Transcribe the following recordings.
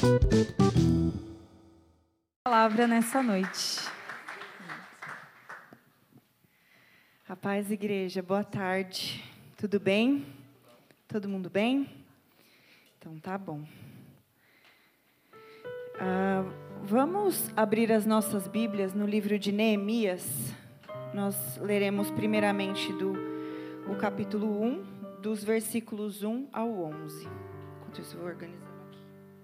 Palavra nessa noite. A paz, igreja, boa tarde. Tudo bem? Todo mundo bem? Então tá bom. Vamos abrir as nossas Bíblias no livro de Neemias. Nós leremos primeiramente o capítulo 1, dos versículos 1 ao 11. Enquanto isso, eu vou organizando aqui.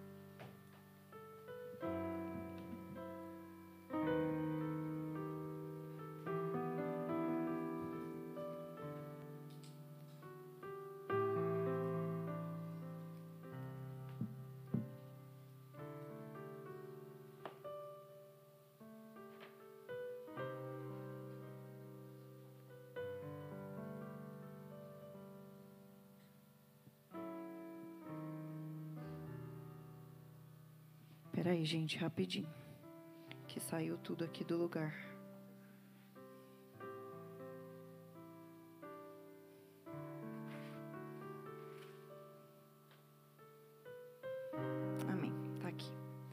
Espera aí, gente, rapidinho, que saiu tudo aqui do lugar. Amém, tá aqui.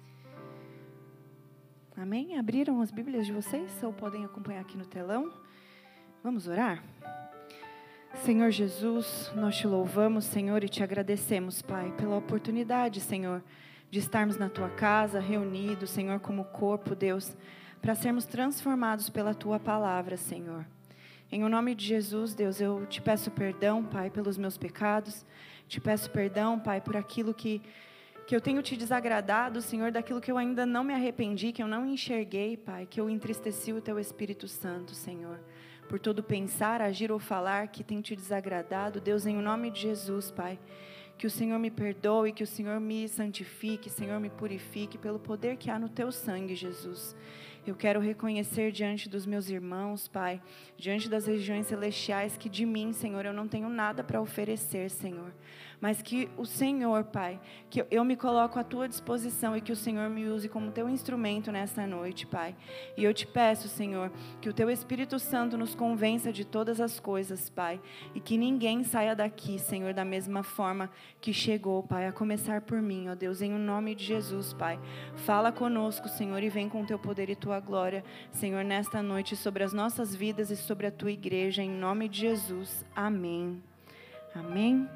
Amém? Abriram as Bíblias de vocês? Ou podem acompanhar aqui no telão? Vamos orar? Senhor Jesus, nós te louvamos, Senhor, e te agradecemos, Pai, pela oportunidade, Senhor, de estarmos na Tua casa, reunidos, Senhor, como corpo, Deus, para sermos transformados pela Tua palavra, Senhor. Em o nome de Jesus, Deus, eu te peço perdão, Pai, pelos meus pecados, te peço perdão, Pai, por aquilo que eu tenho te desagradado, Senhor, daquilo que eu ainda não me arrependi, que eu não enxerguei, Pai, que eu entristeci o Teu Espírito Santo, Senhor, por todo pensar, agir ou falar que tem te desagradado, Deus, em o nome de Jesus, Pai, que o Senhor me perdoe, que o Senhor me santifique, Senhor, me purifique pelo poder que há no Teu sangue, Jesus. Eu quero reconhecer diante dos meus irmãos, Pai, diante das regiões celestiais, que de mim, Senhor, eu não tenho nada para oferecer, Senhor. Mas que o Senhor, Pai, que eu me coloco à Tua disposição e que o Senhor me use como Teu instrumento nesta noite, Pai. E eu te peço, Senhor, que o Teu Espírito Santo nos convença de todas as coisas, Pai. E que ninguém saia daqui, Senhor, da mesma forma que chegou, Pai, a começar por mim, ó Deus, em o nome de Jesus, Pai. Fala conosco, Senhor, e vem com o Teu poder e Tua glória, Senhor, nesta noite sobre as nossas vidas e sobre a Tua igreja, em nome de Jesus. Amém. Amém.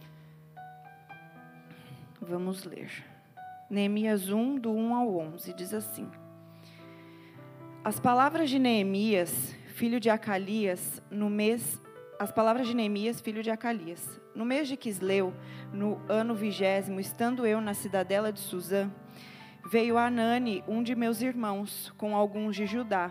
Vamos ler. Neemias 1, do 1 ao 11, diz assim: As palavras de Neemias, filho de Acalias, no mês de Quisleu, no ano 20º, estando eu na cidadela de Suzã, veio Anani, um de meus irmãos, com alguns de Judá.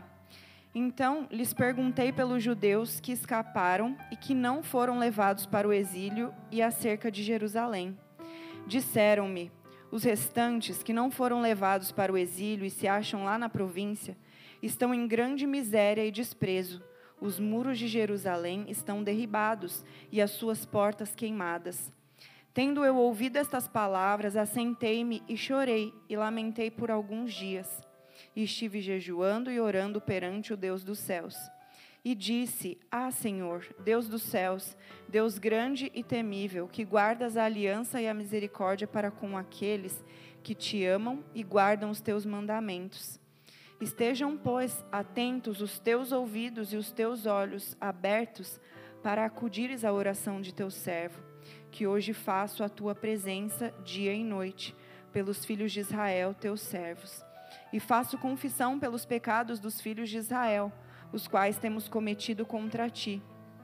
Então lhes perguntei pelos judeus que escaparam e que não foram levados para o exílio e acerca de Jerusalém. Disseram-me: os restantes que não foram levados para o exílio e se acham lá na província, estão em grande miséria e desprezo. Os muros de Jerusalém estão derribados e as suas portas queimadas. Tendo eu ouvido estas palavras, assentei-me e chorei e lamentei por alguns dias. E estive jejuando e orando perante o Deus dos céus. E disse: Senhor, Deus dos céus, Deus grande e temível, que guardas a aliança e a misericórdia para com aqueles que te amam e guardam os teus mandamentos. Estejam, pois, atentos os teus ouvidos e os teus olhos abertos para acudires à oração de teu servo, que hoje faço à tua presença dia e noite, pelos filhos de Israel, teus servos. E faço confissão pelos pecados dos filhos de Israel, os quais temos cometido contra ti.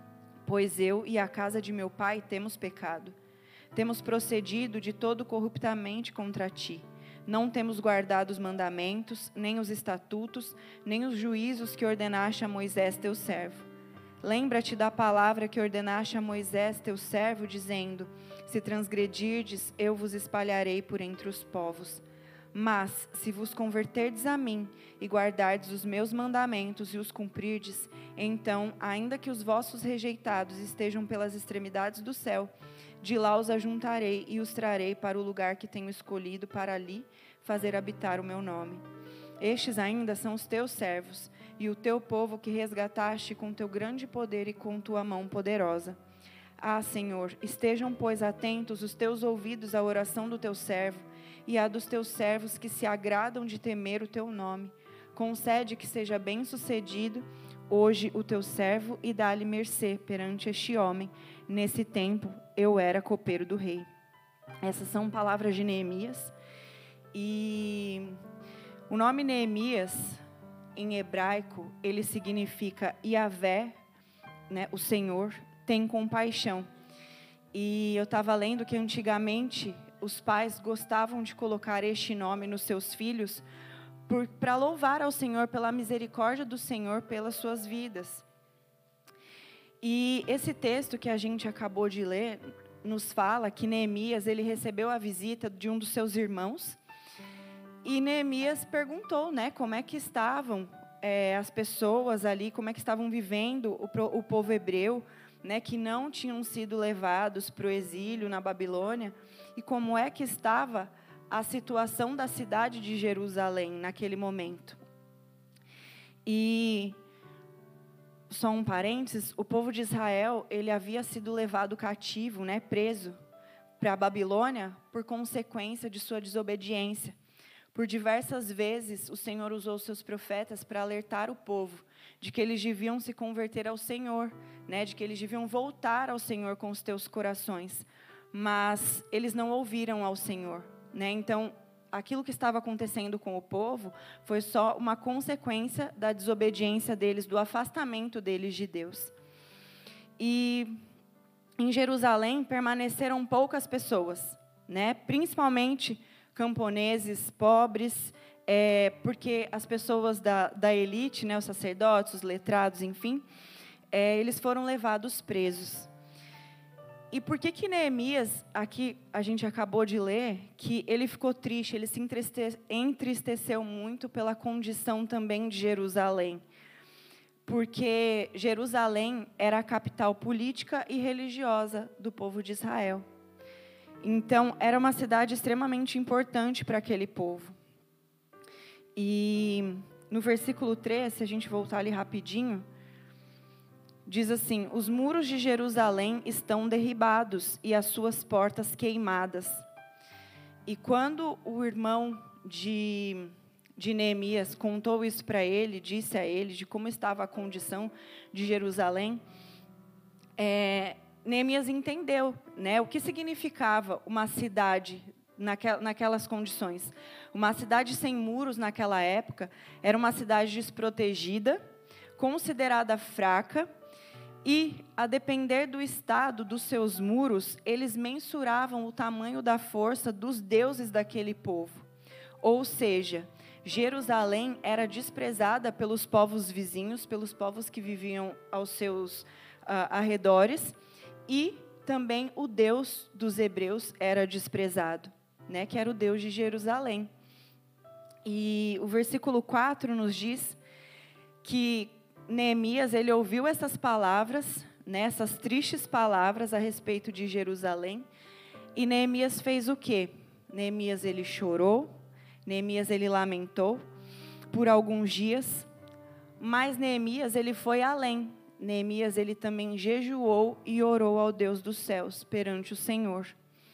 Pois eu e a casa de meu pai temos pecado. Temos procedido de todo corruptamente contra ti. Não temos guardado os mandamentos, nem os estatutos, nem os juízos que ordenaste a Moisés teu servo. Lembra-te da palavra que ordenaste a Moisés teu servo, dizendo: se transgredirdes, eu vos espalharei por entre os povos. Mas, se vos converterdes a mim, e guardardes os meus mandamentos e os cumprirdes, então, ainda que os vossos rejeitados estejam pelas extremidades do céu, de lá os ajuntarei e os trarei para o lugar que tenho escolhido para ali fazer habitar o meu nome. Estes ainda são os teus servos, e o teu povo que resgataste com teu grande poder e com tua mão poderosa. Ah, Senhor, estejam, pois, atentos os teus ouvidos à oração do teu servo e à dos teus servos que se agradam de temer o teu nome. Concede que seja bem-sucedido hoje o teu servo e dá-lhe mercê perante este homem. Nesse tempo eu era copeiro do rei. Essas são palavras de Neemias. E o nome Neemias, em hebraico, ele significa Yahvé, né, o Senhor, tem compaixão. E eu estava lendo que antigamente os pais gostavam de colocar este nome nos seus filhos para louvar ao Senhor pela misericórdia do Senhor pelas suas vidas. E esse texto que a gente acabou de ler nos fala que Neemias, ele recebeu a visita de um dos seus irmãos. E Neemias perguntou, né, como é que estavam as pessoas ali, como é que estavam vivendo o povo hebreu, né, que não tinham sido levados para o exílio na Babilônia, e como é que estava a situação da cidade de Jerusalém naquele momento. E, só um parênteses, o povo de Israel, ele havia sido levado cativo, né, preso para a Babilônia por consequência de sua desobediência. Por diversas vezes, o Senhor usou seus profetas para alertar o povo de que eles deviam se converter ao Senhor, né, de que eles deviam voltar ao Senhor com os teus corações. Mas eles não ouviram ao Senhor, né? Então, aquilo que estava acontecendo com o povo foi só uma consequência da desobediência deles, do afastamento deles de Deus. E em Jerusalém permaneceram poucas pessoas, né? Principalmente camponeses, pobres, porque as pessoas da elite, né, os sacerdotes, os letrados, enfim, eles foram levados presos. E por que Neemias, aqui a gente acabou de ler, que ele ficou triste, ele se entristeceu muito pela condição também de Jerusalém? Porque Jerusalém era a capital política e religiosa do povo de Israel. Então, era uma cidade extremamente importante para aquele povo. E no versículo 3, se a gente voltar ali rapidinho, diz assim: os muros de Jerusalém estão derribados e as suas portas queimadas. E quando o irmão de Neemias contou isso para ele, disse a ele de como estava a condição de Jerusalém, Neemias entendeu, né, o que significava uma cidade naquelas condições. Uma cidade sem muros naquela época era uma cidade desprotegida, considerada fraca, e, a depender do estado dos seus muros, eles mensuravam o tamanho da força dos deuses daquele povo. Ou seja, Jerusalém era desprezada pelos povos vizinhos, pelos povos que viviam aos seus arredores, e também o Deus dos hebreus era desprezado, né, que era o Deus de Jerusalém. E o versículo 4 nos diz que Neemias, ele ouviu essas palavras, né, essas tristes palavras a respeito de Jerusalém, e Neemias fez o quê? Neemias, ele chorou, Neemias, ele lamentou por alguns dias, mas Neemias, ele foi além. Neemias, ele também jejuou e orou ao Deus dos céus perante o Senhor.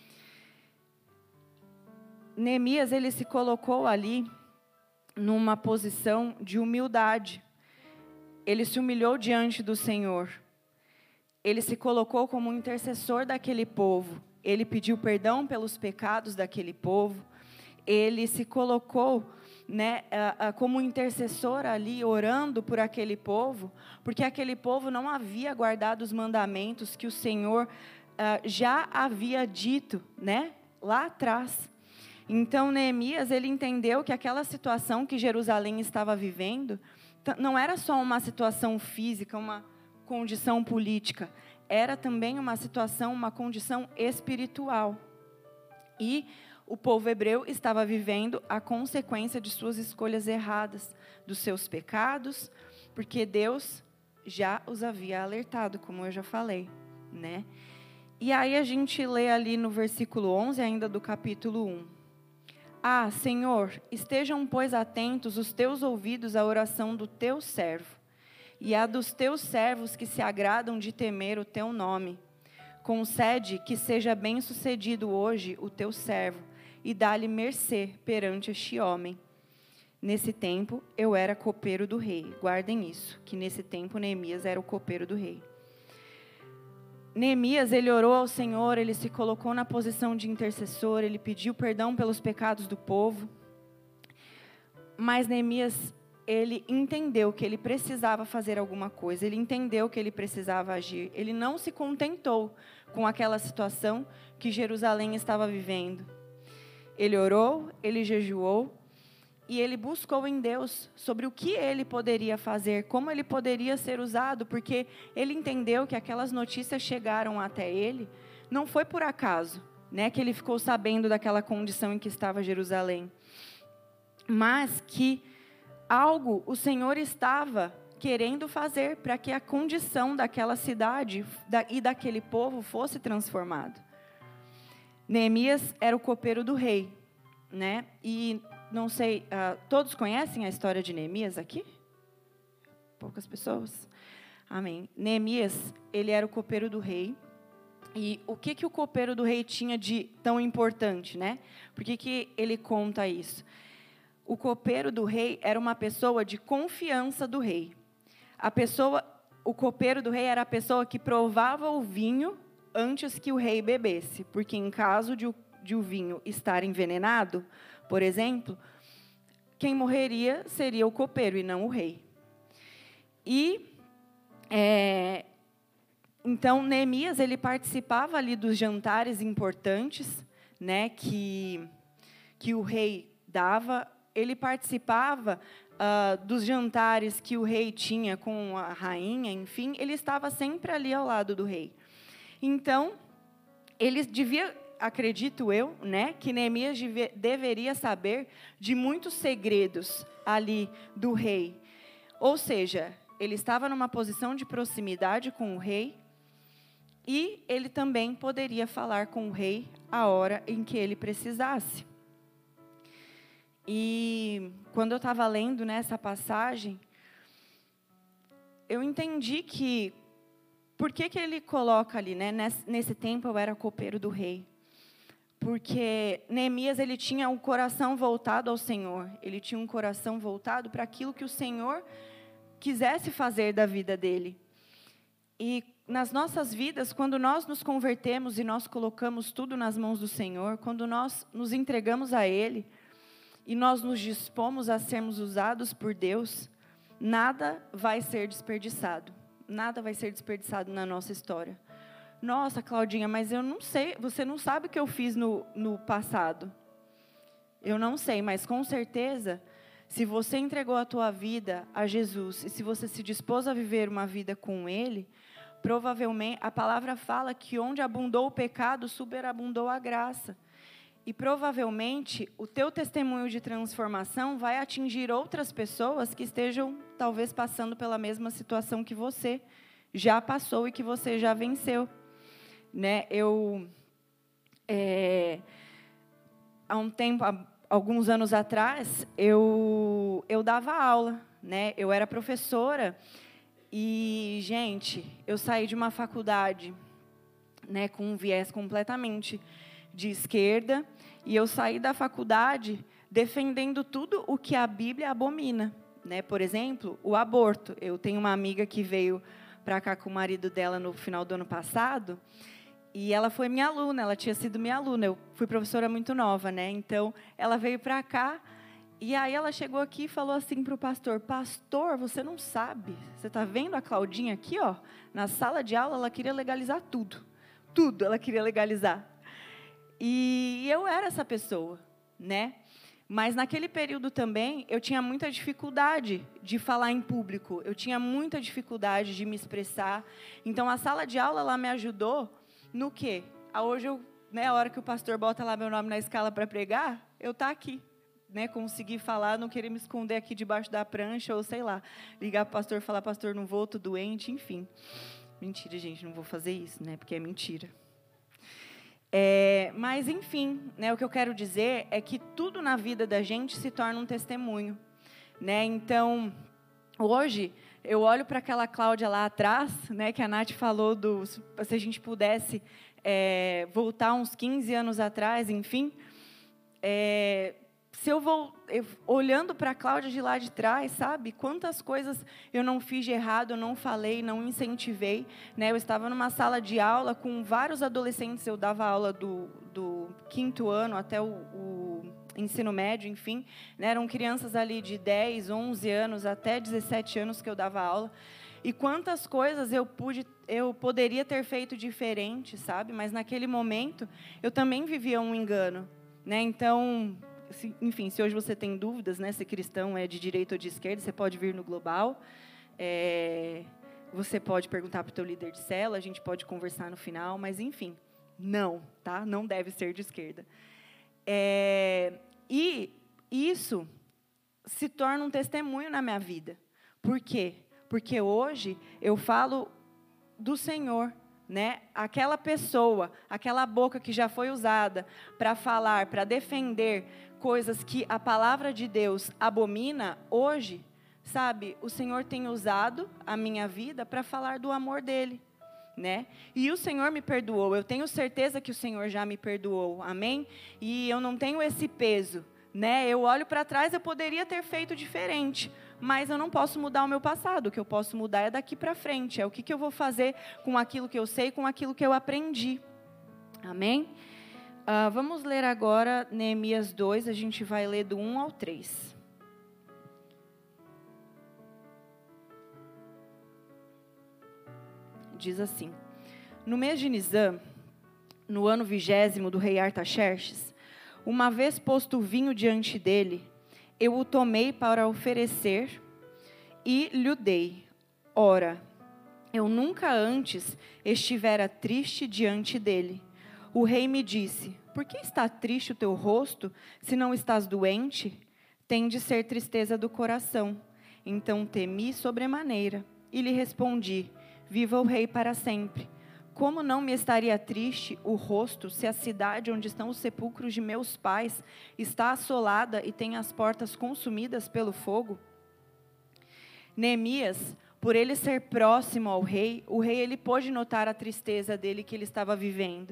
Neemias, ele se colocou ali numa posição de humildade. Ele se humilhou diante do Senhor. Ele se colocou como intercessor daquele povo. Ele pediu perdão pelos pecados daquele povo. Ele se colocou, né, como intercessor ali, orando por aquele povo, porque aquele povo não havia guardado os mandamentos que o Senhor já havia dito, né, lá atrás. Então, Neemias, ele entendeu que aquela situação que Jerusalém estava vivendo não era só uma situação física, uma condição política, era também uma situação, uma condição espiritual. E o povo hebreu estava vivendo a consequência de suas escolhas erradas, dos seus pecados, porque Deus já os havia alertado, como eu já falei, né? E aí a gente lê ali no versículo 11, ainda do capítulo 1. Ah, Senhor, estejam, pois, atentos os teus ouvidos à oração do teu servo, e à dos teus servos que se agradam de temer o teu nome. concede que seja bem-sucedido hoje o teu servo, e dá-lhe mercê perante este homem. Nesse tempo, eu era copeiro do rei. Guardem isso, que nesse tempo Neemias era o copeiro do rei. Neemias, ele orou ao Senhor, ele se colocou na posição de intercessor, ele pediu perdão pelos pecados do povo. Mas Neemias, ele entendeu que ele precisava fazer alguma coisa, ele entendeu que ele precisava agir. Ele não se contentou com aquela situação que Jerusalém estava vivendo. Ele orou, ele jejuou, e ele buscou em Deus sobre o que ele poderia fazer, como ele poderia ser usado, porque ele entendeu que aquelas notícias chegaram até ele, não foi por acaso, né, que ele ficou sabendo daquela condição em que estava Jerusalém, mas que algo o Senhor estava querendo fazer para que a condição daquela cidade e daquele povo fosse transformado. Neemias era o copeiro do rei, né, e não sei, todos conhecem a história de Neemias aqui? Poucas pessoas? Amém. Neemias, ele era o copeiro do rei. E o que o copeiro do rei tinha de tão importante, né? Por que ele conta isso? O copeiro do rei era uma pessoa de confiança do rei. O copeiro do rei era a pessoa que provava o vinho antes que o rei bebesse. Porque em caso de o vinho estar envenenado, por exemplo, quem morreria seria o copeiro e não o rei. E, então, Neemias, ele participava ali dos jantares importantes, né, que o rei dava. Ele participava dos jantares que o rei tinha com a rainha, enfim, ele estava sempre ali ao lado do rei. Então, ele devia... acredito eu, né, que Neemias deveria saber de muitos segredos ali do rei. Ou seja, ele estava numa posição de proximidade com o rei e ele também poderia falar com o rei a hora em que ele precisasse. E quando eu estava lendo nessa passagem, eu entendi que por que ele coloca ali, né, nesse tempo eu era copeiro do rei. Porque Neemias, ele tinha um coração voltado ao Senhor. Ele tinha um coração voltado para aquilo que o Senhor quisesse fazer da vida dele. E nas nossas vidas, quando nós nos convertemos e nós colocamos tudo nas mãos do Senhor, quando nós nos entregamos a Ele, e nós nos dispomos a sermos usados por Deus, nada vai ser desperdiçado. Nada vai ser desperdiçado na nossa história. Nossa, Claudinha, mas eu não sei, você não sabe o que eu fiz no passado. Eu não sei, mas com certeza, se você entregou a tua vida a Jesus, e se você se dispôs a viver uma vida com Ele, provavelmente, a palavra fala que onde abundou o pecado, superabundou a graça. E provavelmente, o teu testemunho de transformação vai atingir outras pessoas que estejam, talvez, passando pela mesma situação que você já passou e que você já venceu. Né, alguns anos atrás, eu dava aula, né, eu era professora, e, gente, eu saí de uma faculdade, né, com um viés completamente de esquerda, e eu saí da faculdade defendendo tudo o que a Bíblia abomina, né, por exemplo, o aborto. Eu tenho uma amiga que veio para cá com o marido dela no final do ano passado, e ela foi minha aluna, ela tinha sido minha aluna, eu fui professora muito nova, né? Então, ela veio para cá, e aí ela chegou aqui e falou assim para o pastor, pastor, você não sabe, você está vendo a Claudinha aqui, ó, na sala de aula, ela queria legalizar tudo ela queria legalizar. E eu era essa pessoa, né? Mas naquele período também, eu tinha muita dificuldade de falar em público, eu tinha muita dificuldade de me expressar. Então, a sala de aula, ela me ajudou no quê? Hoje, né, a hora que o pastor bota lá meu nome na escala para pregar, eu tá aqui, né, conseguir falar, não querer me esconder aqui debaixo da prancha, ou sei lá, ligar para o pastor e falar, pastor, não vou, tô doente, enfim. Mentira, gente, não vou fazer isso, né, porque é mentira. Mas, enfim, né, o que eu quero dizer é que tudo na vida da gente se torna um testemunho, né? Então, hoje, eu olho para aquela Cláudia lá atrás, né, que a Nath falou, se a gente pudesse voltar uns 15 anos atrás, enfim, se eu vou olhando para a Cláudia de lá de trás, sabe? Quantas coisas eu não fiz de errado, eu não falei, não incentivei, né? Eu estava numa sala de aula com vários adolescentes, eu dava aula do 5º ano até o ensino médio, enfim, né? Eram crianças ali de 10, 11 anos até 17 anos que eu dava aula. E quantas coisas eu poderia ter feito diferente, sabe? Mas naquele momento eu também vivia um engano, né? Então, enfim, se hoje você tem dúvidas, né, se cristão é de direita ou de esquerda, você pode vir no Global, você pode perguntar para o teu líder de célula, a gente pode conversar no final, mas enfim, não, tá? Não deve ser de esquerda. E isso se torna um testemunho na minha vida. Por quê? Porque hoje eu falo do Senhor, né? Aquela pessoa, aquela boca que já foi usada para falar, para defender coisas que a palavra de Deus abomina, hoje, sabe, o Senhor tem usado a minha vida para falar do amor dele, né? E o Senhor me perdoou, eu tenho certeza que o Senhor já me perdoou, amém? E eu não tenho esse peso, né? Eu olho para trás, eu poderia ter feito diferente, mas eu não posso mudar o meu passado, o que eu posso mudar é daqui para frente, é o que eu vou fazer com aquilo que eu sei, com aquilo que eu aprendi, amém? Vamos ler agora Neemias 2, a gente vai ler do 1 ao 3. Diz assim: No mês de Nisã, no ano 20º do rei Artaxerxes, uma vez posto o vinho diante dele, eu o tomei para oferecer e lhe dei. Ora, eu nunca antes estivera triste diante dele. O rei me disse: Por que está triste o teu rosto, se não estás doente? Tem de ser tristeza do coração. Então temi sobremaneira, e lhe respondi: Viva o rei para sempre. Como não me estaria triste o rosto, se a cidade onde estão os sepulcros de meus pais está assolada e tem as portas consumidas pelo fogo? Neemias, por ele ser próximo ao rei, o rei ele pôde notar a tristeza dele que ele estava vivendo.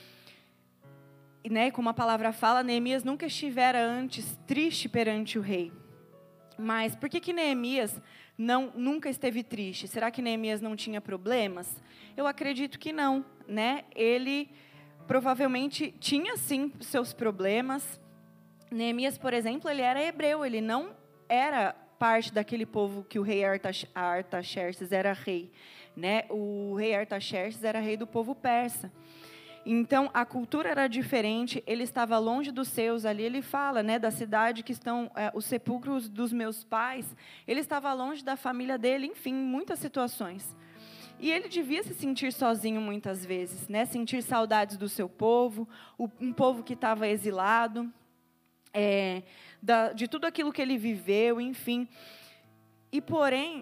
Né, como a palavra fala, Neemias nunca estivera antes triste perante o rei. Mas por que Neemias nunca esteve triste? Será que Neemias não tinha problemas? Eu acredito que não, né? Ele provavelmente tinha sim seus problemas. Neemias, por exemplo, ele era hebreu, ele não era parte daquele povo que o rei Artaxerxes era rei, né? O rei Artaxerxes era rei do povo persa. Então, a cultura era diferente, ele estava longe dos seus, ali ele fala, né, da cidade que estão os sepulcros dos meus pais, ele estava longe da família dele, enfim, muitas situações. E ele devia se sentir sozinho muitas vezes, né, sentir saudades do seu povo, um povo que estava exilado, de tudo aquilo que ele viveu, enfim. E porém,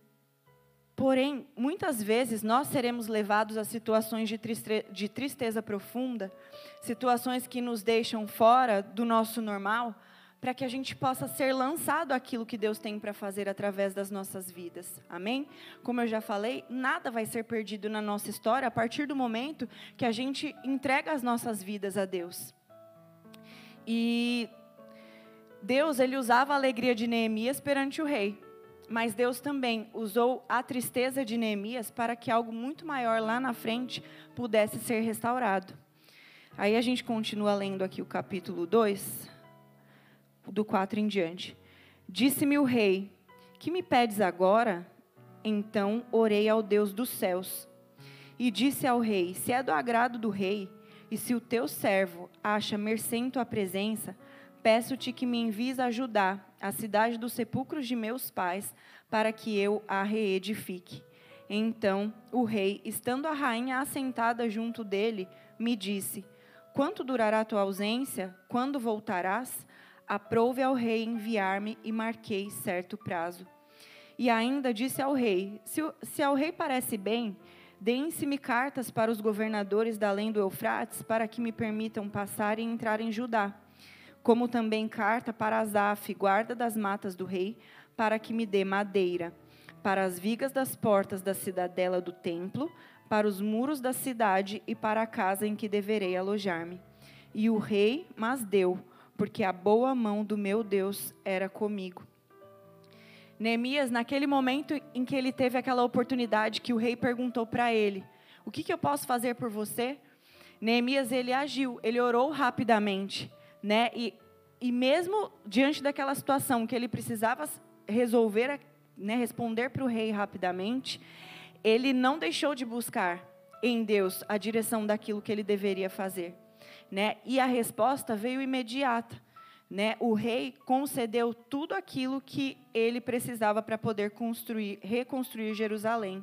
muitas vezes nós seremos levados a situações de tristeza profunda, situações que nos deixam fora do nosso normal, para que a gente possa ser lançado àquilo que Deus tem para fazer através das nossas vidas. Amém? Como eu já falei, nada vai ser perdido na nossa história a partir do momento que a gente entrega as nossas vidas a Deus. E Deus, ele usava a alegria de Neemias perante o rei. Mas Deus também usou a tristeza de Neemias para que algo muito maior lá na frente pudesse ser restaurado. Aí a gente continua lendo aqui o capítulo 2, do 4 em diante. Disse-me o rei: Que me pedes agora? Então orei ao Deus dos céus. E disse ao rei: Se é do agrado do rei, e se o teu servo acha mercê em tua presença, peço-te que me envies a Judá, a cidade dos sepulcros de meus pais, para que eu a reedifique. Então o rei, estando a rainha assentada junto dele, me disse: Quanto durará a tua ausência? Quando voltarás? Aprouve ao rei enviar-me, e marquei certo prazo. E ainda disse ao rei: Se ao rei parece bem, deem-se-me cartas para os governadores da além do Eufrates, para que me permitam passar e entrar em Judá. Como também carta para Asaf, guarda das matas do rei, para que me dê madeira. para as vigas das portas da cidadela do templo, para os muros da cidade e para a casa em que deverei alojar-me. E o rei mas deu, porque a boa mão do meu Deus era comigo. Neemias, naquele momento em que ele teve aquela oportunidade que o rei perguntou para ele, o que eu posso fazer por você? Neemias, ele agiu, ele orou rapidamente, né? E mesmo diante daquela situação que ele precisava resolver, né, responder para o rei rapidamente, ele não deixou de buscar em Deus a direção daquilo que ele deveria fazer, né? E a resposta veio imediata, né? O rei concedeu tudo aquilo que ele precisava para poder reconstruir Jerusalém.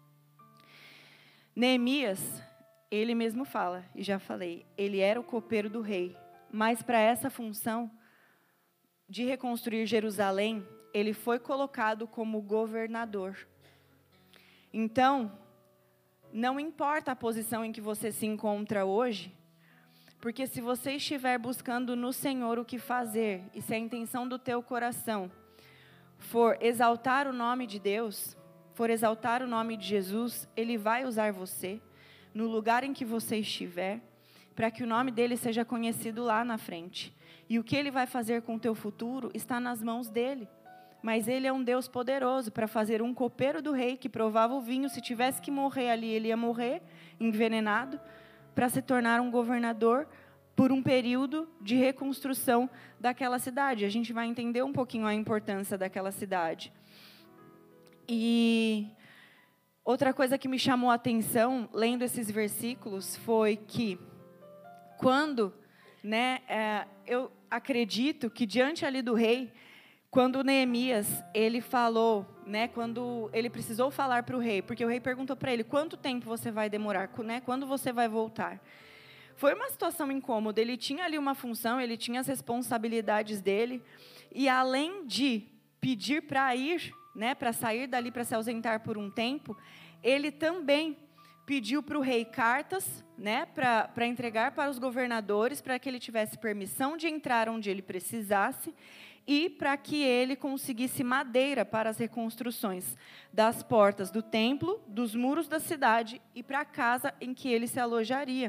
Neemias, ele mesmo fala, e já falei, ele era o copeiro do rei, mas para essa função de reconstruir Jerusalém, ele foi colocado como governador. Então, não importa a posição em que você se encontra hoje, porque se você estiver buscando no Senhor o que fazer, e se a intenção do teu coração for exaltar o nome de Deus, for exaltar o nome de Jesus, Ele vai usar você, no lugar em que você estiver, para que o nome dEle seja conhecido lá na frente. E o que Ele vai fazer com o teu futuro está nas mãos dEle. Mas Ele é um Deus poderoso para fazer um copeiro do rei que provava o vinho, se tivesse que morrer ali, ele ia morrer envenenado, para se tornar um governador por um período de reconstrução daquela cidade. A gente vai entender um pouquinho a importância daquela cidade. E outra coisa que me chamou a atenção, lendo esses versículos, foi que quando, né, eu acredito que diante ali do rei, quando Neemias, ele falou, né, quando ele precisou falar para o rei, porque o rei perguntou para ele, quanto tempo você vai demorar, né, quando você vai voltar? Foi uma situação incômoda, ele tinha ali uma função, ele tinha as responsabilidades dele, e além de pedir para ir, né, para sair dali, para se ausentar por um tempo, ele também pediu para o rei cartas, né, para entregar para os governadores, para que ele tivesse permissão de entrar onde ele precisasse, e para que ele conseguisse madeira para as reconstruções das portas do templo, dos muros da cidade e para a casa em que ele se alojaria,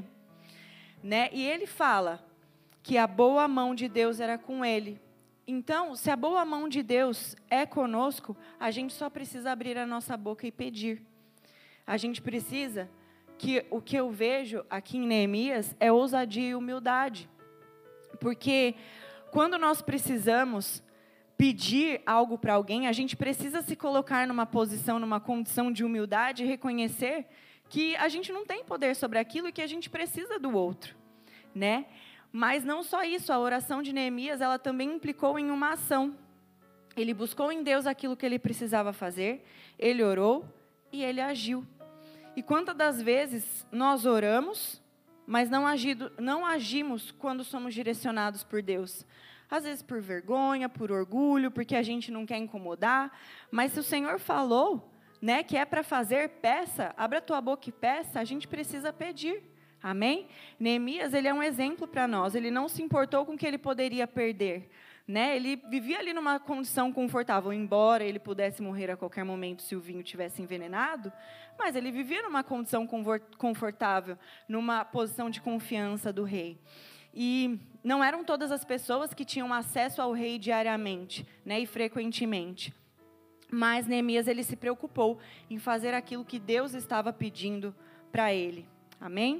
né? E ele fala que a boa mão de Deus era com ele. Então, se a boa mão de Deus é conosco, a gente só precisa abrir a nossa boca e pedir. A gente precisa o que eu vejo aqui em Neemias é ousadia e humildade, porque quando nós precisamos pedir algo para alguém, a gente precisa se colocar numa posição, numa condição de humildade e reconhecer que a gente não tem poder sobre aquilo e que a gente precisa do outro, né? Mas não só isso, a oração de Neemias, ela também implicou em uma ação. Ele buscou em Deus aquilo que ele precisava fazer, ele orou e ele agiu. E quantas das vezes nós oramos, mas não agimos quando somos direcionados por Deus? Às vezes por vergonha, por orgulho, porque a gente não quer incomodar. Mas se o Senhor falou, né, que é para fazer, peça, abra a tua boca e peça, a gente precisa pedir. Amém? Neemias, ele é um exemplo para nós. Ele não se importou com o que ele poderia perder, né? Ele vivia ali numa condição confortável, embora ele pudesse morrer a qualquer momento se o vinho tivesse envenenado, mas ele vivia numa condição confortável, numa posição de confiança do rei. E não eram todas as pessoas que tinham acesso ao rei diariamente, né, e frequentemente. Mas Neemias, ele se preocupou em fazer aquilo que Deus estava pedindo para ele. Amém?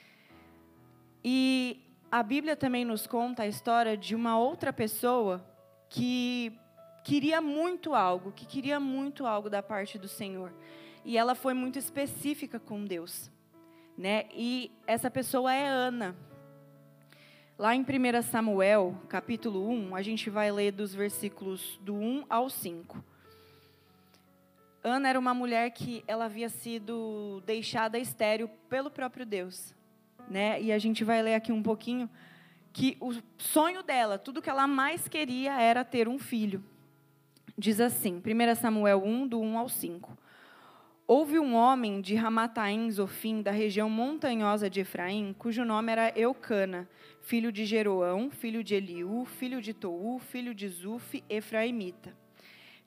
E a Bíblia também nos conta a história de uma outra pessoa que queria muito algo da parte do Senhor. E ela foi muito específica com Deus, né? E essa pessoa é Ana. Lá em 1 Samuel, capítulo 1, a gente vai ler dos versículos do 1 ao 5. Ana era uma mulher que ela havia sido deixada estéril pelo próprio Deus, né? E a gente vai ler aqui um pouquinho que o sonho dela, tudo que ela mais queria era ter um filho. Diz assim, 1 Samuel 1, do 1 ao 5. Houve um homem de Ramataim Zofim, da região montanhosa de Efraim, cujo nome era Eucana, filho de Jeroão, filho de Eliú, filho de Tou, filho de Zuf, efraimita.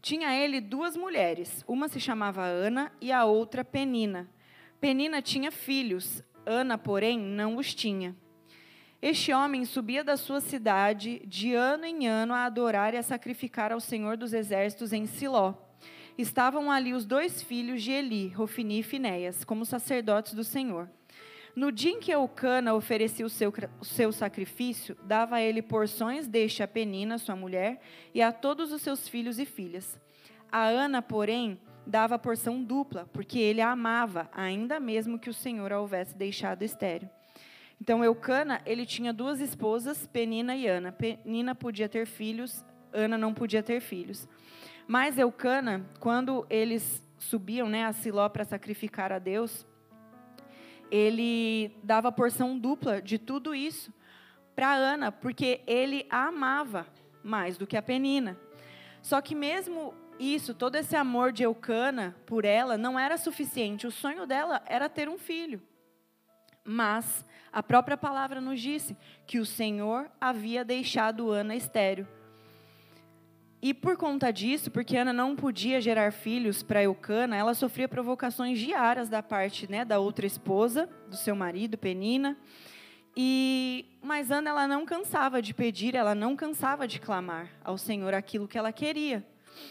Tinha ele 2 mulheres, uma se chamava Ana e a outra Penina. Penina tinha filhos, Ana, porém, não os tinha. Este homem subia da sua cidade de ano em ano a adorar e a sacrificar ao Senhor dos Exércitos em Siló. Estavam ali os 2 filhos de Eli, Rofni e Finéias, como sacerdotes do Senhor. No dia em que Eucana oferecia o seu sacrifício, dava a ele porções deste a Penina, sua mulher, e a todos os seus filhos e filhas. A Ana, porém, dava a porção dupla, porque ele a amava, ainda mesmo que o Senhor a houvesse deixado estéril. Então, Eucana, ele tinha 2 esposas, Penina e Ana. Penina podia ter filhos, Ana não podia ter filhos. Mas Eucana, quando eles subiam, a Siló para sacrificar a Deus, ele dava a porção dupla de tudo isso para Ana, porque ele a amava mais do que a Penina. Só que mesmo isso, todo esse amor de Eucana por ela, não era suficiente. O sonho dela era ter um filho. Mas a própria palavra nos disse que o Senhor havia deixado Ana estéril. E por conta disso, porque Ana não podia gerar filhos para Eucana, ela sofria provocações diárias da parte da outra esposa, do seu marido, Penina. Mas Ana, ela não cansava de pedir, ela não cansava de clamar ao Senhor aquilo que ela queria.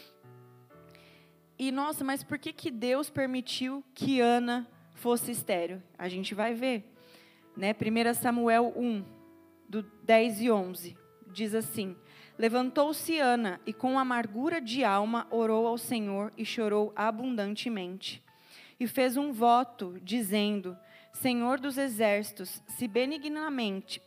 E, nossa, mas por que Deus permitiu que Ana fosse estéril? A gente vai ver. 1 Samuel 1, do 10 e 11, diz assim: Levantou-se Ana e com amargura de alma orou ao Senhor e chorou abundantemente. E fez um voto, dizendo: Senhor dos exércitos, se benignamente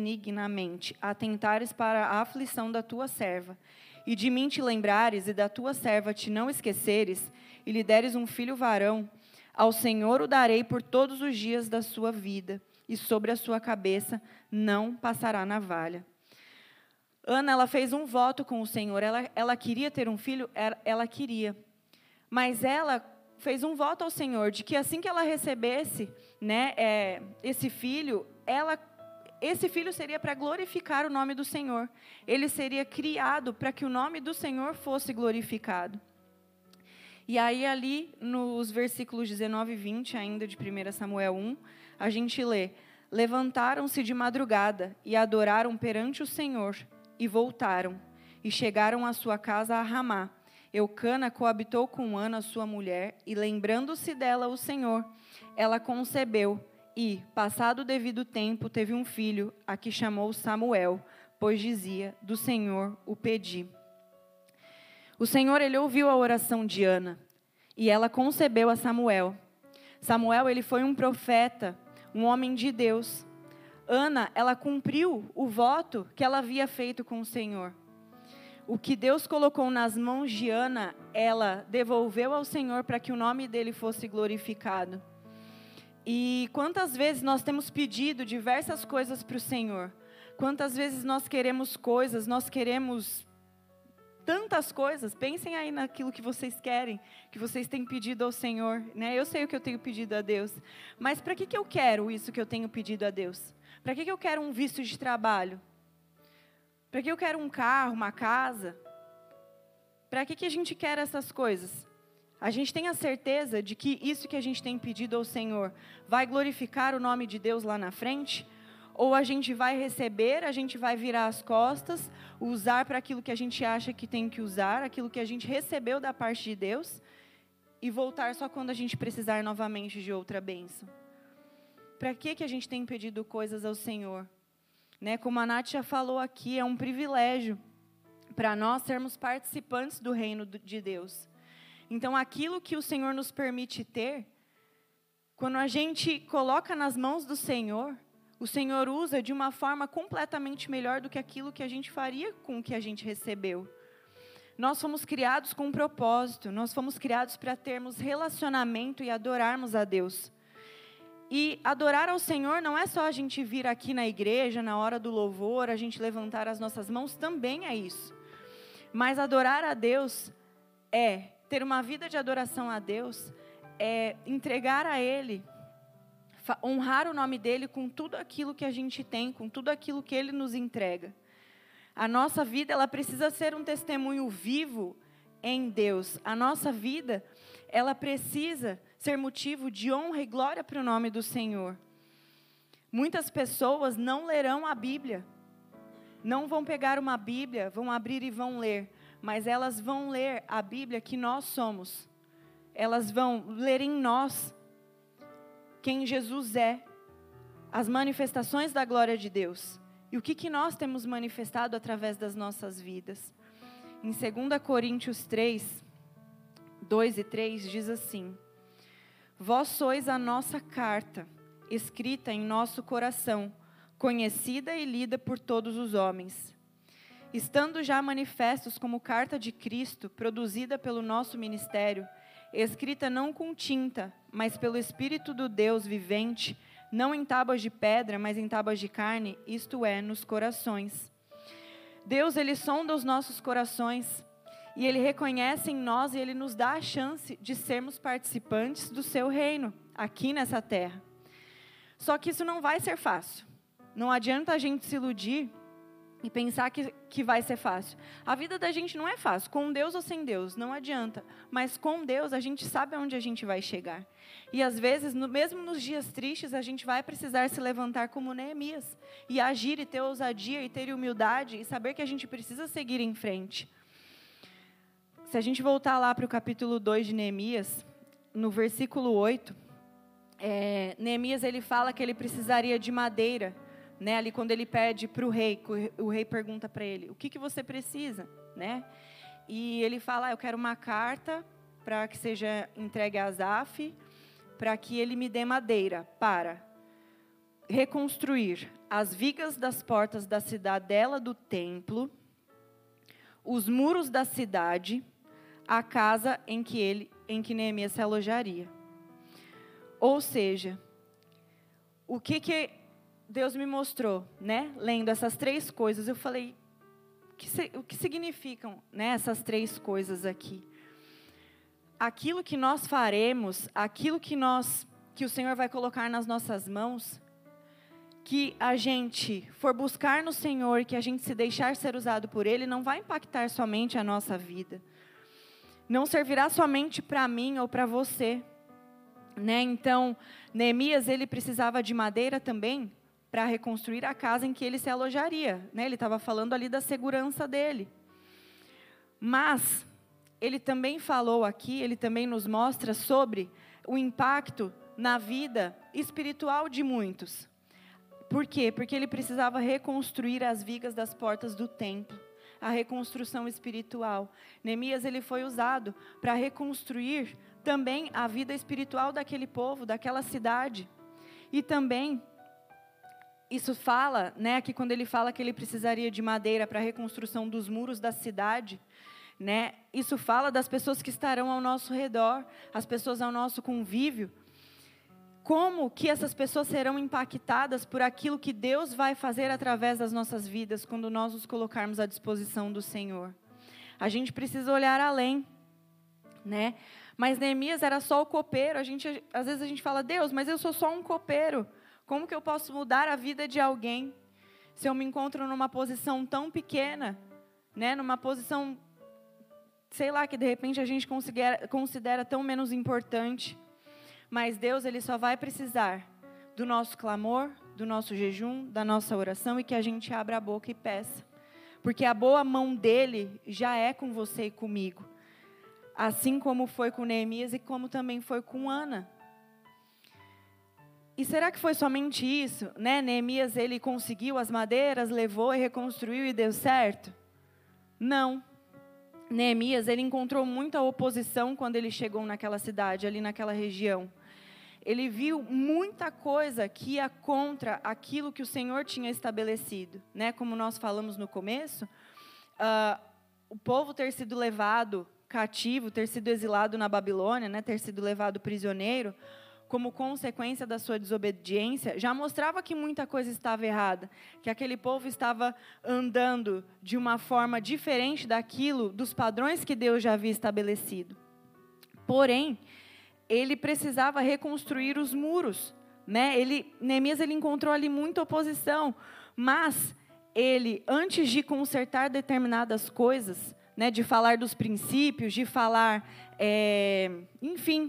atentares para a aflição da tua serva, e de mim te lembrares e da tua serva te não esqueceres, e lhe deres um filho varão, ao Senhor o darei por todos os dias da sua vida, e sobre a sua cabeça não passará navalha. Ana, ela fez um voto com o Senhor, ela queria ter um filho, ela queria, mas ela fez um voto ao Senhor, de que assim que ela recebesse esse filho seria para glorificar o nome do Senhor, ele seria criado para que o nome do Senhor fosse glorificado. E aí ali nos versículos 19 e 20 ainda de 1 Samuel 1, a gente lê: Levantaram-se de madrugada e adoraram perante o Senhor, e voltaram, e chegaram à sua casa a Ramá. Eucana coabitou com Ana, sua mulher, e lembrando-se dela o Senhor, ela concebeu, e, passado o devido tempo, teve um filho, a que chamou Samuel, pois dizia: do Senhor o pedi. O Senhor, ele ouviu a oração de Ana, e ela concebeu a Samuel. Samuel, ele foi um profeta, um homem de Deus. Ana, ela cumpriu o voto que ela havia feito com o Senhor. O que Deus colocou nas mãos de Ana, ela devolveu ao Senhor para que o nome dele fosse glorificado. E quantas vezes nós temos pedido diversas coisas para o Senhor? Quantas vezes nós queremos coisas, nós queremos tantas coisas? Pensem aí naquilo que vocês querem, que vocês têm pedido ao Senhor, Eu sei o que eu tenho pedido a Deus, mas para que eu quero isso que eu tenho pedido a Deus? Para que eu quero um visto de trabalho? Para que eu quero um carro, uma casa? Para que a gente quer essas coisas? A gente tem a certeza de que isso que a gente tem pedido ao Senhor vai glorificar o nome de Deus lá na frente? Ou a gente vai receber, a gente vai virar as costas, usar para aquilo que a gente acha que tem que usar, aquilo que a gente recebeu da parte de Deus, e voltar só quando a gente precisar novamente de outra bênção? Para que a gente tem pedido coisas ao Senhor? Como a Nath já falou aqui, é um privilégio para nós sermos participantes do reino de Deus. Então, aquilo que o Senhor nos permite ter, quando a gente coloca nas mãos do Senhor, o Senhor usa de uma forma completamente melhor do que aquilo que a gente faria com o que a gente recebeu. Nós fomos criados com um propósito, nós fomos criados para termos relacionamento e adorarmos a Deus. E adorar ao Senhor não é só a gente vir aqui na igreja, na hora do louvor, a gente levantar as nossas mãos, também é isso. Mas adorar a Deus é ter uma vida de adoração a Deus, é entregar a Ele, honrar o nome dEle com tudo aquilo que a gente tem, com tudo aquilo que Ele nos entrega. A nossa vida, ela precisa ser um testemunho vivo em Deus. A nossa vida, ela precisa ser motivo de honra e glória para o nome do Senhor. Muitas pessoas não lerão a Bíblia. Não vão pegar uma Bíblia, vão abrir e vão ler. Mas elas vão ler a Bíblia que nós somos. Elas vão ler em nós quem Jesus é. As manifestações da glória de Deus. E o que nós temos manifestado através das nossas vidas. Em 2 Coríntios 3, 2 e 3, diz assim: Vós sois a nossa carta, escrita em nosso coração, conhecida e lida por todos os homens. Estando já manifestos como carta de Cristo, produzida pelo nosso ministério, escrita não com tinta, mas pelo Espírito do Deus vivente, não em tábuas de pedra, mas em tábuas de carne, isto é, nos corações. Deus, Ele sonda os nossos corações, e Ele reconhece em nós, e Ele nos dá a chance de sermos participantes do Seu reino, aqui nessa terra. Só que isso não vai ser fácil. Não adianta a gente se iludir e pensar que vai ser fácil. A vida da gente não é fácil, com Deus ou sem Deus, não adianta. Mas com Deus a gente sabe aonde a gente vai chegar. E às vezes, mesmo nos dias tristes, a gente vai precisar se levantar como Neemias. E agir e ter ousadia e ter humildade e saber que a gente precisa seguir em frente. Se a gente voltar lá para o capítulo 2 de Neemias, no versículo 8, Neemias ele fala que ele precisaria de madeira. Né, ali quando ele pede para o rei pergunta para ele, o que você precisa? Né? E ele fala, eu quero uma carta para que seja entregue a Asaf, para que ele me dê madeira para reconstruir as vigas das portas da cidadela do templo, os muros da cidade, a casa em que Neemias se alojaria. Ou seja, o que Deus me mostrou, né? Lendo essas três coisas, eu falei, o que significam, né, essas três coisas aqui? Aquilo que nós faremos, aquilo que o Senhor vai colocar nas nossas mãos, que a gente for buscar no Senhor, que a gente se deixar ser usado por Ele, não vai impactar somente a nossa vida. Não servirá somente para mim ou para você, né? Então, Neemias, ele precisava de madeira também, para reconstruir a casa em que ele se alojaria. Né? Ele estava falando ali da segurança dele. Mas, ele também falou aqui, ele também nos mostra sobre o impacto na vida espiritual de muitos. Por quê? Porque ele precisava reconstruir as vigas das portas do templo. A reconstrução espiritual. Neemias, ele foi usado para reconstruir também a vida espiritual daquele povo, daquela cidade. E também isso fala, né, que quando ele fala que ele precisaria de madeira para a reconstrução dos muros da cidade, né, isso fala das pessoas que estarão ao nosso redor, as pessoas ao nosso convívio. Como que essas pessoas serão impactadas por aquilo que Deus vai fazer através das nossas vidas, quando nós nos colocarmos à disposição do Senhor? A gente precisa olhar além, né? Mas Neemias era só o copeiro. Às vezes a gente fala, Deus, mas eu sou só um copeiro. Como que eu posso mudar a vida de alguém se eu me encontro numa posição tão pequena, né? Numa posição, sei lá, que de repente a gente considera tão menos importante. Mas Deus, Ele só vai precisar do nosso clamor, do nosso jejum, da nossa oração e que a gente abra a boca e peça. Porque a boa mão dEle já é com você e comigo. Assim como foi com Neemias e como também foi com Ana. E será que foi somente isso? Né? Neemias, ele conseguiu as madeiras, levou e reconstruiu e deu certo? Não. Neemias, ele encontrou muita oposição quando ele chegou naquela cidade, ali naquela região. Ele viu muita coisa que ia contra aquilo que o Senhor tinha estabelecido. Né? Como nós falamos no começo, o povo ter sido levado cativo, ter sido exilado na Babilônia, né? Ter sido levado prisioneiro, como consequência da sua desobediência, já mostrava que muita coisa estava errada, que aquele povo estava andando de uma forma diferente daquilo, dos padrões que Deus já havia estabelecido. Porém, ele precisava reconstruir os muros, né? Neemias, ele encontrou ali muita oposição, mas ele, antes de consertar determinadas coisas, né, de falar dos princípios, de falar, enfim,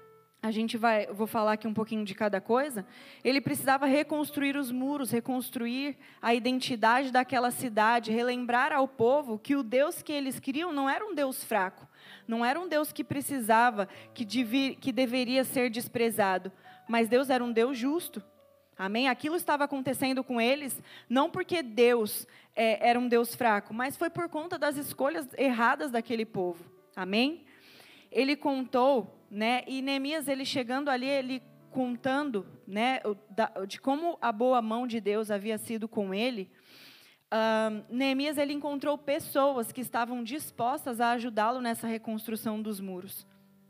eu vou falar aqui um pouquinho de cada coisa. Ele precisava reconstruir os muros, reconstruir a identidade daquela cidade, relembrar ao povo que o Deus que eles queriam não era um Deus fraco, não era um Deus que precisava, que deveria ser desprezado, mas Deus era um Deus justo. Amém? Aquilo estava acontecendo com eles, não porque Deus era um Deus fraco, mas foi por conta das escolhas erradas daquele povo. Amém? Ele contou, né, e Neemias, ele chegando ali, ele contando, né, de como a boa mão de Deus havia sido com ele. Neemias, ele encontrou pessoas que estavam dispostas a ajudá-lo nessa reconstrução dos muros.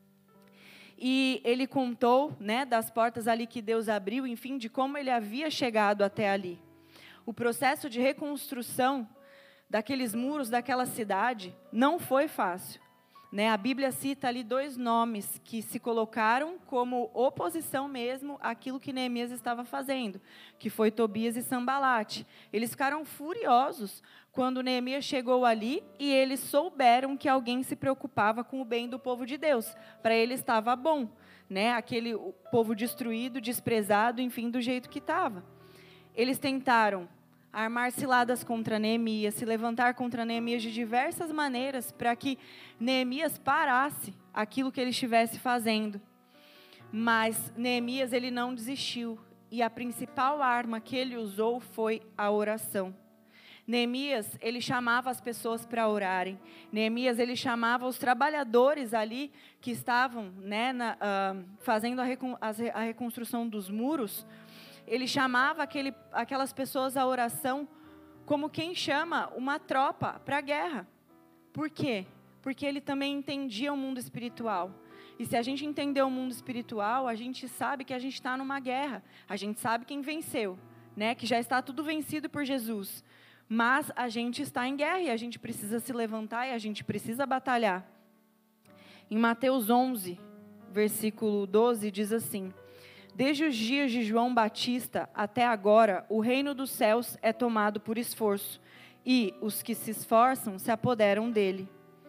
E ele contou, né, das portas ali que Deus abriu, enfim, de como ele havia chegado até ali. O processo de reconstrução daqueles muros, daquela cidade, não foi fácil. Né, a Bíblia cita ali 2 nomes que se colocaram como oposição mesmo àquilo que Neemias estava fazendo, que foi Tobias e Sambalate. Eles ficaram furiosos quando Neemias chegou ali e eles souberam que alguém se preocupava com o bem do povo de Deus. Para eles estava bom, né, aquele povo destruído, desprezado, enfim, do jeito que estava. Eles tentaram armar ciladas contra Neemias, se levantar contra Neemias de diversas maneiras, para que Neemias parasse aquilo que ele estivesse fazendo. Mas Neemias, ele não desistiu, e a principal arma que ele usou foi a oração. Neemias, ele chamava as pessoas para orarem. Neemias, ele chamava os trabalhadores ali que estavam, né, fazendo a reconstrução dos muros. Ele chamava aquelas pessoas à oração como quem chama uma tropa para a guerra. Por quê? Porque ele também entendia o mundo espiritual. E se a gente entender o mundo espiritual, a gente sabe que a gente está numa guerra. A gente sabe quem venceu, né? Que já está tudo vencido por Jesus. Mas a gente está em guerra e a gente precisa se levantar e a gente precisa batalhar. Em Mateus 11, versículo 12, diz assim: desde os dias de João Batista até agora, o reino dos céus é tomado por esforço, e os que se esforçam se apoderam dele.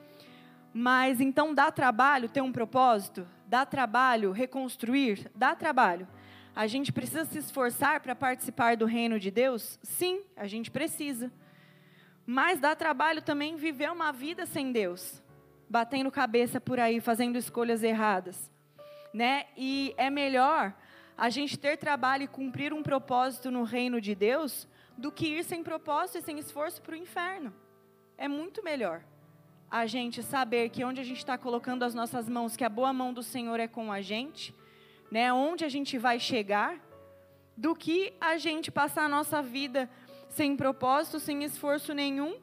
Mas então dá trabalho ter um propósito? Dá trabalho reconstruir? Dá trabalho. A gente precisa se esforçar para participar do reino de Deus? Sim, a gente precisa. Mas dá trabalho também viver uma vida sem Deus, batendo cabeça por aí, fazendo escolhas erradas, né? E é melhor a gente ter trabalho e cumprir um propósito no reino de Deus do que ir sem propósito e sem esforço para o inferno. É muito melhor a gente saber que onde a gente está colocando as nossas mãos, que a boa mão do Senhor é com a gente, né, onde a gente vai chegar, do que a gente passar a nossa vida sem propósito, sem esforço nenhum,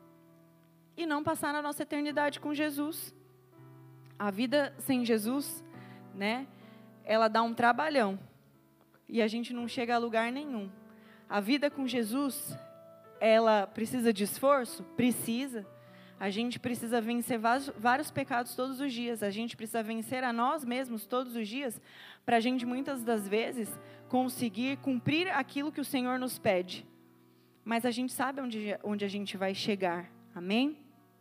e não passar a nossa eternidade com Jesus. A vida sem Jesus, né, ela dá um trabalhão, e a gente não chega a lugar nenhum. A vida com Jesus, ela precisa de esforço? Precisa. A gente precisa vencer vários pecados todos os dias. A gente precisa vencer a nós mesmos todos os dias, para a gente, muitas das vezes, conseguir cumprir aquilo que o Senhor nos pede. Mas a gente sabe onde a gente vai chegar. Amém?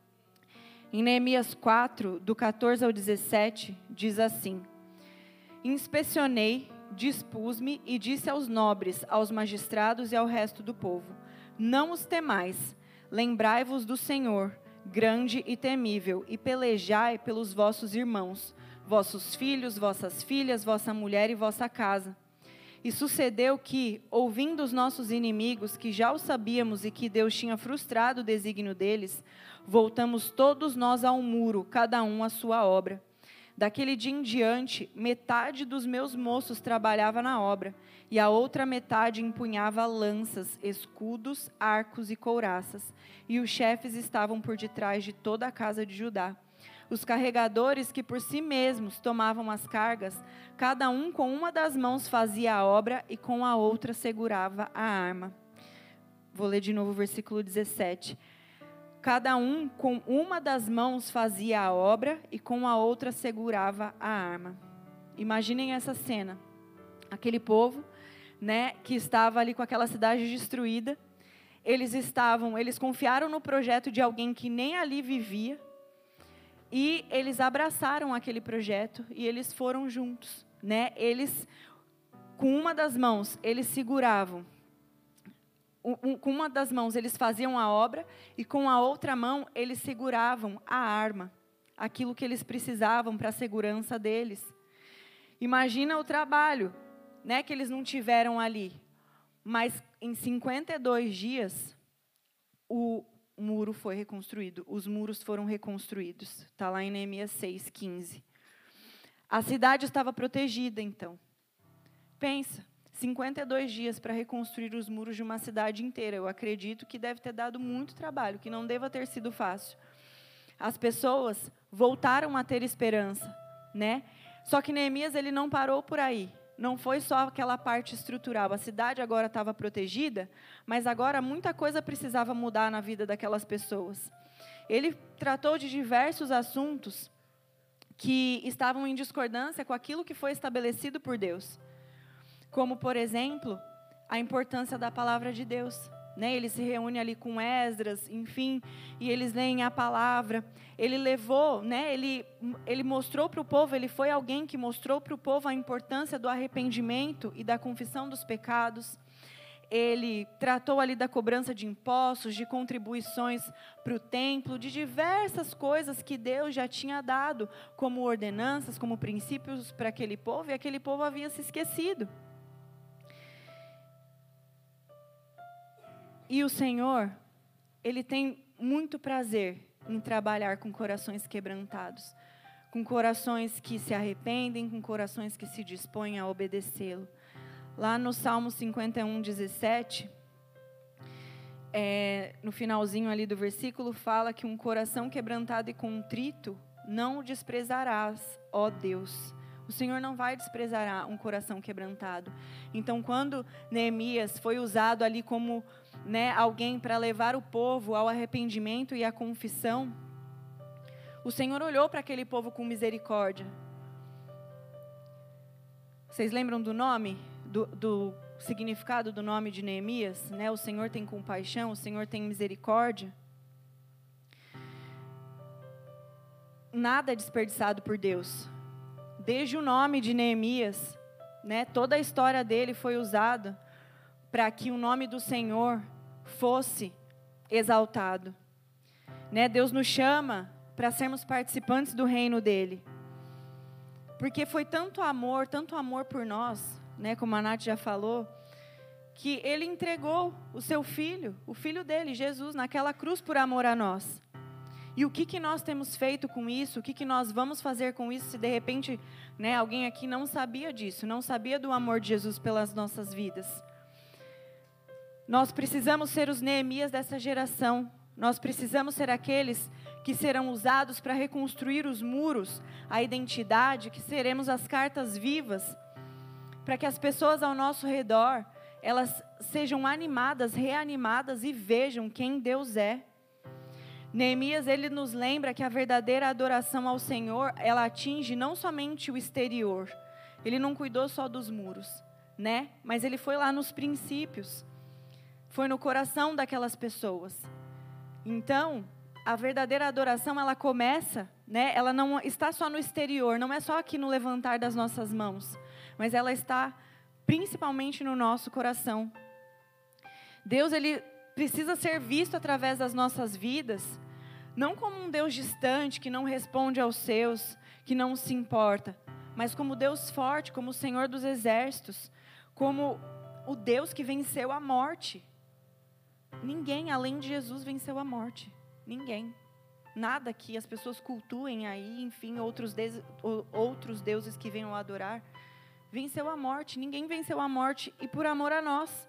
Em Neemias 4, do 14 ao 17, diz assim: inspecionei, dispus-me e disse aos nobres, aos magistrados e ao resto do povo: não os temais, lembrai-vos do Senhor, grande e temível, e pelejai pelos vossos irmãos, vossos filhos, vossas filhas, vossa mulher e vossa casa. E sucedeu que, ouvindo os nossos inimigos, que já o sabíamos e que Deus tinha frustrado o desígnio deles, voltamos todos nós ao muro, cada um à sua obra. Daquele dia em diante, metade dos meus moços trabalhava na obra, e a outra metade empunhava lanças, escudos, arcos e couraças, e os chefes estavam por detrás de toda a casa de Judá. Os carregadores que por si mesmos tomavam as cargas, cada um com uma das mãos fazia a obra e com a outra segurava a arma. Vou ler de novo o versículo 17. Cada um com uma das mãos fazia a obra e com a outra segurava a arma. Imaginem essa cena. Aquele povo, né, que estava ali com aquela cidade destruída, eles confiaram no projeto de alguém que nem ali vivia, e eles abraçaram aquele projeto, e eles foram juntos, né? Eles, com uma das mãos, eles seguravam, com uma das mãos eles faziam a obra, e com a outra mão eles seguravam a arma, aquilo que eles precisavam para a segurança deles. Imagina o trabalho, né, que eles não tiveram ali. Mas em 52 dias, o muro foi reconstruído. Os muros foram reconstruídos. Está lá em Neemias 6:15. A cidade estava protegida, então. Pensa, 52 dias para reconstruir os muros de uma cidade inteira. Eu acredito que deve ter dado muito trabalho, que não deva ter sido fácil. As pessoas voltaram a ter esperança, né? Só que Neemias, ele não parou por aí. Não foi só aquela parte estrutural. A cidade agora estava protegida, mas agora muita coisa precisava mudar na vida daquelas pessoas. Ele tratou de diversos assuntos que estavam em discordância com aquilo que foi estabelecido por Deus. Como, por exemplo, a importância da palavra de Deus. Né? Ele se reúne ali com Esdras, enfim, e eles leem a palavra. Ele levou, né? Ele mostrou para o povo, ele foi alguém que mostrou para o povo a importância do arrependimento e da confissão dos pecados. Ele tratou ali da cobrança de impostos, de contribuições para o templo, de diversas coisas que Deus já tinha dado como ordenanças, como princípios para aquele povo, e aquele povo havia se esquecido. E o Senhor, Ele tem muito prazer em trabalhar com corações quebrantados, com corações que se arrependem, com corações que se dispõem a obedecê-lo. Lá no Salmo 51:17, no finalzinho ali do versículo, fala que um coração quebrantado e contrito não o desprezarás, ó Deus. O Senhor não vai desprezar um coração quebrantado. Então, quando Neemias foi usado ali como, né, alguém para levar o povo ao arrependimento e à confissão, o Senhor olhou para aquele povo com misericórdia. Vocês lembram do nome, do significado do nome de Neemias? Né? O Senhor tem compaixão, o Senhor tem misericórdia. Nada é desperdiçado por Deus. Desde o nome de Neemias, né, toda a história dele foi usada para que o nome do Senhor fosse exaltado. Né, Deus nos chama para sermos participantes do reino dele. Porque foi tanto amor por nós, né, como a Nath já falou, que ele entregou o seu filho, o filho dele, Jesus, naquela cruz por amor a nós. E o que nós temos feito com isso? O que nós vamos fazer com isso se de repente, né, alguém aqui não sabia disso, não sabia do amor de Jesus pelas nossas vidas? Nós precisamos ser os Neemias dessa geração. Nós precisamos ser aqueles que serão usados para reconstruir os muros, a identidade, que seremos as cartas vivas, para que as pessoas ao nosso redor, elas sejam animadas, reanimadas e vejam quem Deus é. Neemias, ele nos lembra que a verdadeira adoração ao Senhor, ela atinge não somente o exterior. Ele não cuidou só dos muros, né? Mas ele foi lá nos princípios. Foi no coração daquelas pessoas. Então, a verdadeira adoração, ela começa, né? Ela não está só no exterior, não é só aqui no levantar das nossas mãos, mas ela está principalmente no nosso coração. Deus, ele precisa ser visto através das nossas vidas, não como um Deus distante, que não responde aos seus, que não se importa, mas como Deus forte, como o Senhor dos exércitos, como o Deus que venceu a morte. Ninguém além de Jesus venceu a morte, ninguém. Nada que as pessoas cultuem aí, enfim, outros deuses que venham adorar, venceu a morte. Ninguém venceu a morte, e por amor a nós.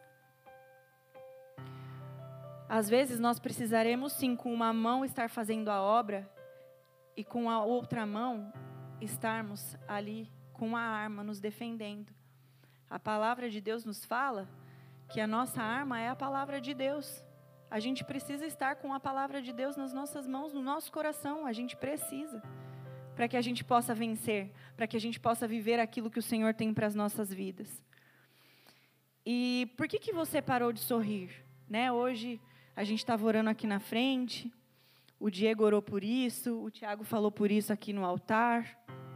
Às vezes nós precisaremos sim, com uma mão estar fazendo a obra, e com a outra mão estarmos ali com a arma nos defendendo. A palavra de Deus nos fala que a nossa arma é a palavra de Deus. A gente precisa estar com a palavra de Deus nas nossas mãos, no nosso coração. A gente precisa, para que a gente possa vencer, para que a gente possa viver aquilo que o Senhor tem para as nossas vidas. E por que você parou de sorrir? né? Hoje a gente estava orando aqui na frente, o Diego orou por isso, o Tiago falou por isso aqui no altar,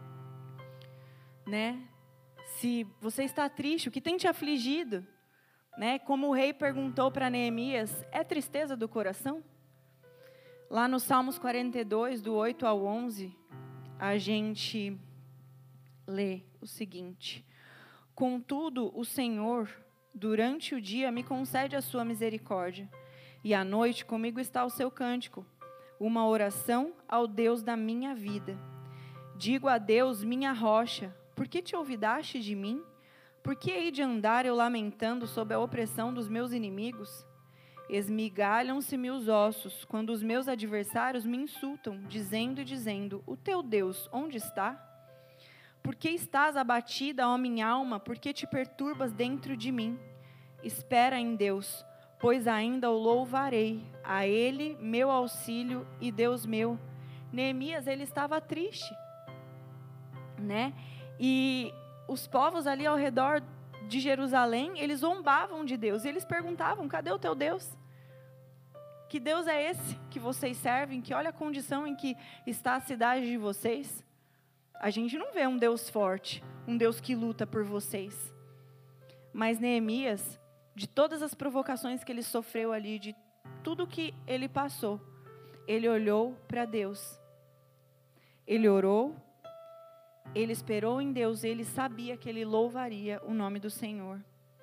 né? Se você está triste, o que tem te afligido, né? Como o rei perguntou para Neemias, é tristeza do coração? Lá no Salmos 42, do 8 ao 11, a gente lê o seguinte: contudo, o Senhor, durante o dia, me concede a sua misericórdia, e à noite comigo está o seu cântico, uma oração ao Deus da minha vida. Digo a Deus, minha rocha, por que te olvidaste de mim? Por que hei de andar eu lamentando sob a opressão dos meus inimigos? Esmigalham-se-me os ossos, quando os meus adversários me insultam, dizendo, o teu Deus, onde está? Por que estás abatida, ó minha alma? Por que te perturbas dentro de mim? Espera em Deus, pois ainda o louvarei, a Ele, meu auxílio e Deus meu. Neemias, ele estava triste, né? E os povos ali ao redor de Jerusalém, eles zombavam de Deus, e eles perguntavam, cadê o teu Deus? Que Deus é esse que vocês servem? Que olha a condição em que está a cidade de vocês. A gente não vê um Deus forte, um Deus que luta por vocês. Mas Neemias, de todas as provocações que ele sofreu ali, de tudo que ele passou, ele olhou para Deus. Ele orou, ele esperou em Deus, ele sabia que ele louvaria o nome do Senhor.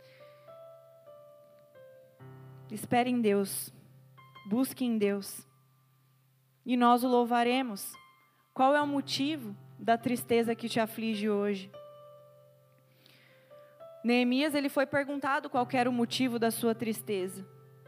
Espere em Deus, busque em Deus, e nós o louvaremos. Qual é o motivo da tristeza que te aflige hoje? Neemias, ele foi perguntado qual era o motivo da sua tristeza.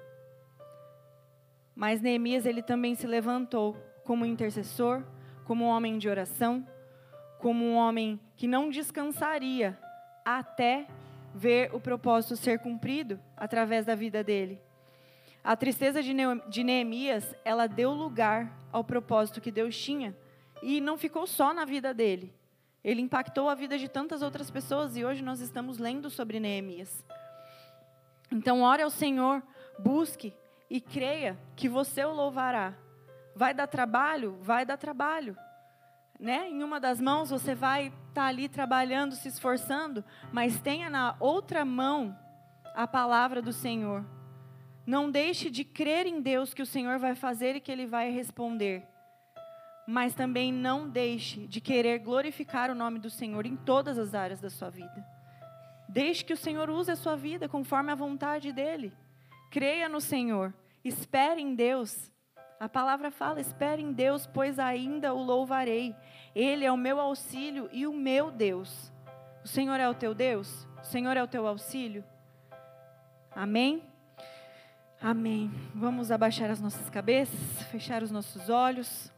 Mas Neemias, ele também se levantou como intercessor, como um homem de oração, como um homem que não descansaria até ver o propósito ser cumprido através da vida dele. A tristeza de Neemias, ela deu lugar ao propósito que Deus tinha. E não ficou só na vida dele. Ele impactou a vida de tantas outras pessoas. E hoje nós estamos lendo sobre Neemias. Então, ore ao Senhor, busque e creia que você o louvará. Vai dar trabalho? Vai dar trabalho. Né? Em uma das mãos você vai estar ali trabalhando, se esforçando. Mas tenha na outra mão a palavra do Senhor. Não deixe de crer em Deus que o Senhor vai fazer e que Ele vai responder. Mas também não deixe de querer glorificar o nome do Senhor em todas as áreas da sua vida. Deixe que o Senhor use a sua vida conforme a vontade dEle. Creia no Senhor, espere em Deus. A palavra fala, espere em Deus, pois ainda o louvarei. Ele é o meu auxílio e o meu Deus. O Senhor é o teu Deus? O Senhor é o teu auxílio? Amém? Amém. Vamos abaixar as nossas cabeças, fechar os nossos olhos.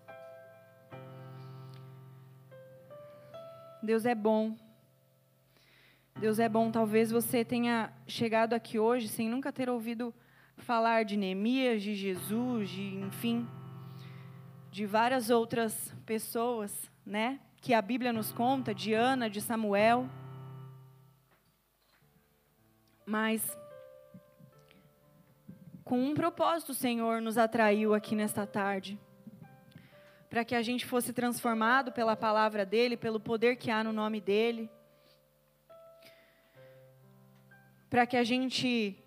Deus é bom. Deus é bom. Talvez você tenha chegado aqui hoje sem nunca ter ouvido falar de Neemias, de Jesus, enfim, de várias outras pessoas, né? Que a Bíblia nos conta, de Ana, de Samuel. Mas com um propósito o Senhor nos atraiu aqui nesta tarde. Para que a gente fosse transformado pela palavra dEle, pelo poder que há no nome dEle. Para que a gente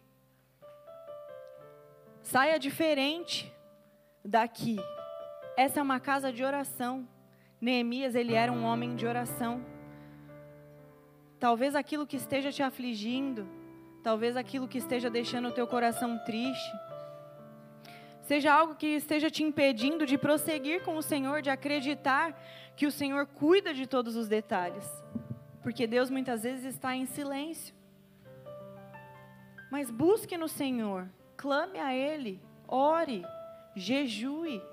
saia diferente daqui. Essa é uma casa de oração. Neemias, ele era um homem de oração. Talvez aquilo que esteja te afligindo, talvez aquilo que esteja deixando o teu coração triste, seja algo que esteja te impedindo de prosseguir com o Senhor, de acreditar que o Senhor cuida de todos os detalhes. Porque Deus muitas vezes está em silêncio. Mas busque no Senhor, clame a Ele, ore, jejue.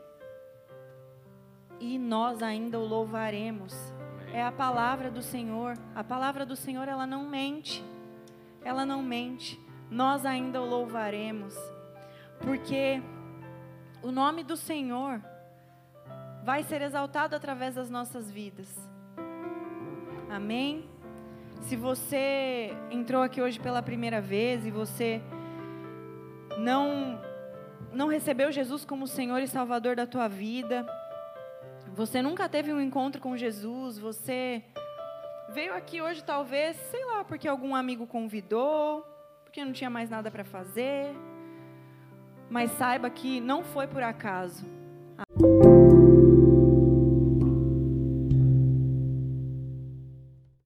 E nós ainda o louvaremos. É a palavra do Senhor. A palavra do Senhor, ela não mente. Ela não mente. Nós ainda o louvaremos. Porque o nome do Senhor vai ser exaltado através das nossas vidas. Amém? Se você entrou aqui hoje pela primeira vez e você não recebeu Jesus como Senhor e Salvador da tua vida, você nunca teve um encontro com Jesus, você veio aqui hoje talvez, sei lá, porque algum amigo convidou, porque não tinha mais nada para fazer, mas saiba que não foi por acaso.